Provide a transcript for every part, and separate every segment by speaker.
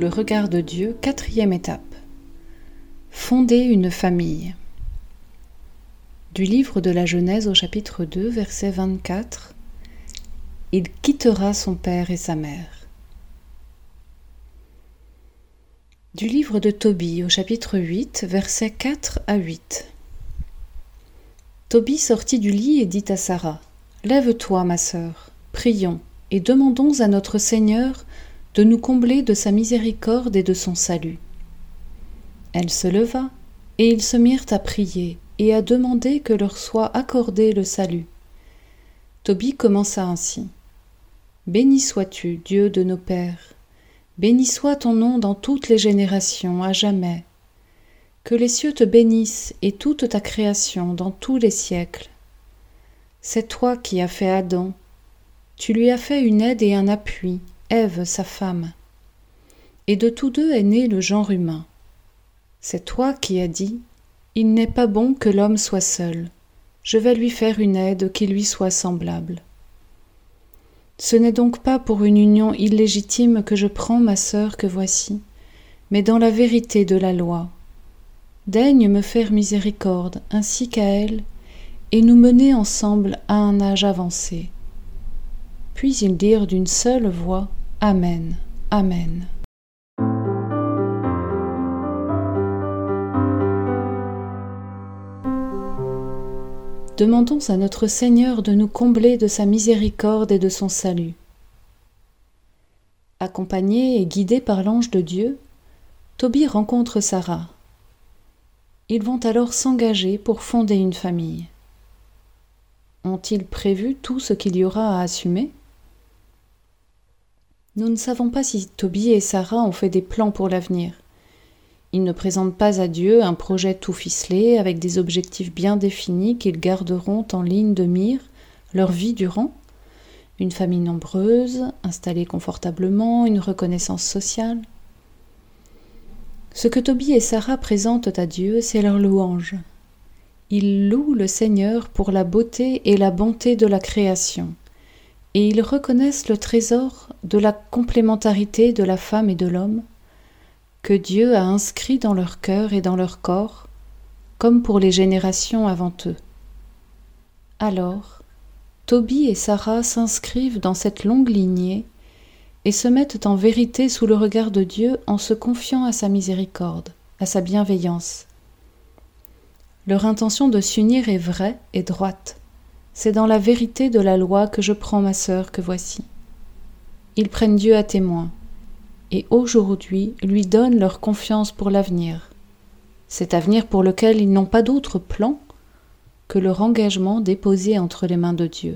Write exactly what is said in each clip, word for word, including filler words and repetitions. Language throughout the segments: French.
Speaker 1: regard de Dieu, quatrième étape. Fonder une famille. Du livre de la Genèse au chapitre deux, verset vingt-quatre. Il quittera son père et sa mère. Du livre de Tobie au chapitre huit, versets quatre à huit. Tobie sortit du lit et dit à Sarah : Lève-toi, ma sœur, prions, et demandons à notre Seigneur de nous combler de sa miséricorde et de son salut. Elle se leva, et ils se mirent à prier et à demander que leur soit accordé le salut. Tobie commença ainsi : Béni sois-tu, Dieu de nos pères, béni soit ton nom dans toutes les générations, à jamais. Que les cieux te bénissent et toute ta création dans tous les siècles. C'est toi qui as fait Adam, tu lui as fait une aide et un appui, Ève, sa femme. Et de tous deux est né le genre humain. C'est toi qui as dit : Il n'est pas bon que l'homme soit seul. Je vais lui faire une aide qui lui soit semblable. Ce n'est donc pas pour une union illégitime que je prends ma sœur que voici, mais dans la vérité de la loi. Daigne me faire miséricorde, ainsi qu'à elle, et nous mener ensemble à un âge avancé. Puis ils dirent d'une seule voix : Amen, Amen. Demandons à notre Seigneur de nous combler de sa miséricorde et de son salut. Accompagné et guidé par l'ange de Dieu, Tobie rencontre Sarah. Ils vont alors s'engager pour fonder une famille. Ont-ils prévu tout ce qu'il y aura à assumer ? Nous ne savons pas si Tobie et Sarah ont fait des plans pour l'avenir. Ils ne présentent pas à Dieu un projet tout ficelé, avec des objectifs bien définis qu'ils garderont en ligne de mire leur vie durant. Une famille nombreuse, installée confortablement, une reconnaissance sociale. Ce que Tobie et Sarah présentent à Dieu, c'est leur louange. Ils louent le Seigneur pour la beauté et la bonté de la création, et ils reconnaissent le trésor de la complémentarité de la femme et de l'homme, que Dieu a inscrit dans leur cœur et dans leur corps, comme pour les générations avant eux. Alors, Tobie et Sarah s'inscrivent dans cette longue lignée et se mettent en vérité sous le regard de Dieu en se confiant à sa miséricorde, à sa bienveillance. Leur intention de s'unir est vraie et droite. C'est dans la vérité de la loi que je prends ma sœur que voici. Ils prennent Dieu à témoin, et aujourd'hui lui donnent leur confiance pour l'avenir. Cet avenir pour lequel ils n'ont pas d'autre plan que leur engagement déposé entre les mains de Dieu.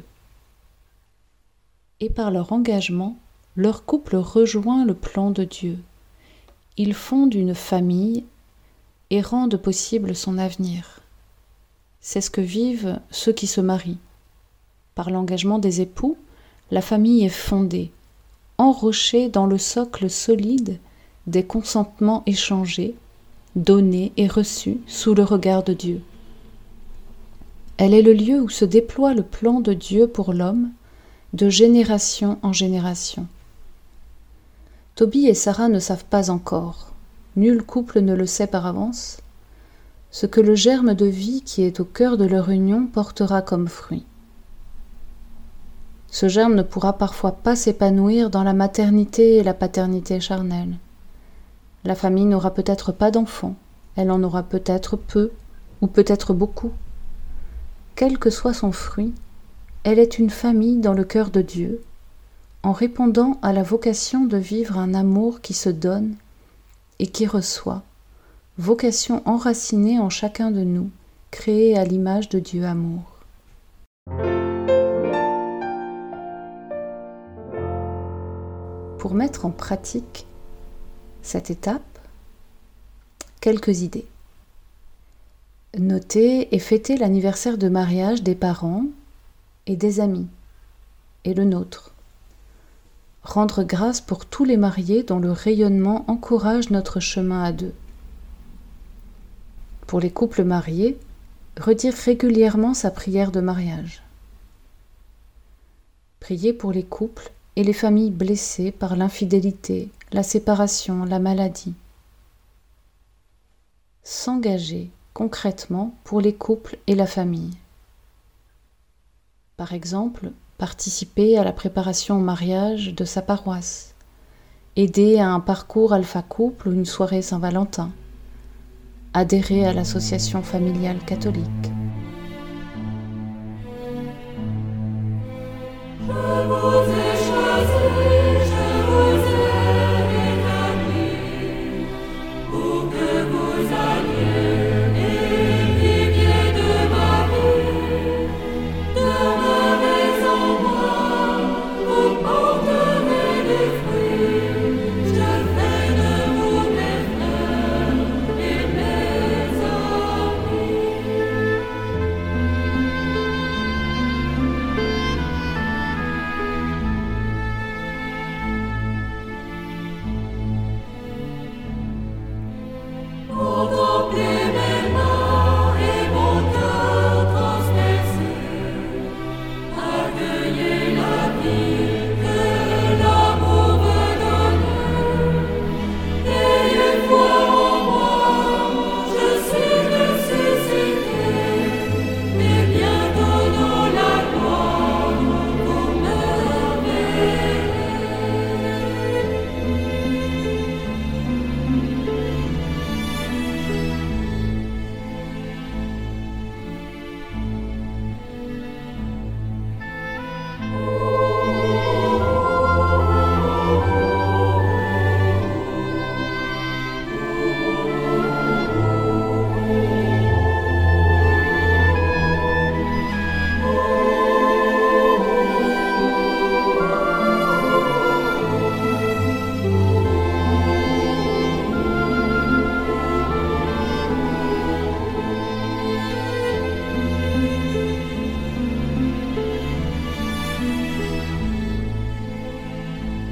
Speaker 1: Et par leur engagement, leur couple rejoint le plan de Dieu. Ils fondent une famille et rendent possible son avenir. C'est ce que vivent ceux qui se marient. Par l'engagement des époux, la famille est fondée, enrochée dans le socle solide des consentements échangés, donnés et reçus sous le regard de Dieu. Elle est le lieu où se déploie le plan de Dieu pour l'homme, de génération en génération. Tobie et Sarah ne savent pas encore, nul couple ne le sait par avance, ce que le germe de vie qui est au cœur de leur union portera comme fruit. Ce germe ne pourra parfois pas s'épanouir dans la maternité et la paternité charnelle. La famille n'aura peut-être pas d'enfants, elle en aura peut-être peu, ou peut-être beaucoup. Quel que soit son fruit, elle est une famille dans le cœur de Dieu, en répondant à la vocation de vivre un amour qui se donne et qui reçoit, vocation enracinée en chacun de nous, créée à l'image de Dieu amour. Pour mettre en pratique cette étape, quelques idées. Notez et fêtez l'anniversaire de mariage des parents et des amis, et le nôtre. Rendre grâce pour tous les mariés dont le rayonnement encourage notre chemin à deux. Pour les couples mariés, redire régulièrement sa prière de mariage. Prier pour les couples et les familles blessées par l'infidélité, la séparation, la maladie. S'engager concrètement pour les couples et la famille. Par exemple, participer à la préparation au mariage de sa paroisse, aider à un parcours Alpha Couple ou une soirée Saint-Valentin, adhérer à l'association familiale catholique. Je vous ai choisi, je vous ai établi, pour que vous alliez et viviez de ma vie. Demeurez en moi, vous porterez des fruits. Je fais de vous mes frères et mes amis. Contemplez mes mains et mon cœur transpercé. Accueillez la vie que l'amour veut donner. Ayez foi en moi, je suis ressuscité. Et bientôt dans la gloire, vous me verrez.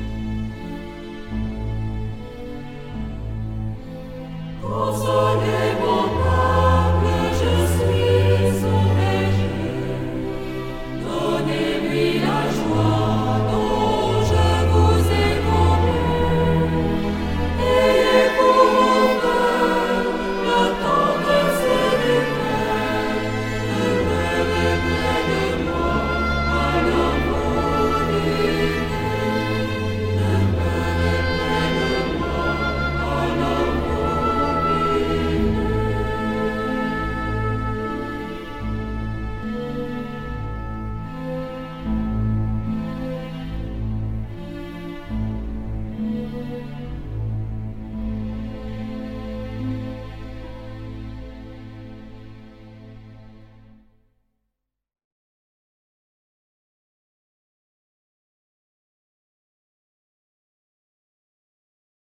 Speaker 1: Consolez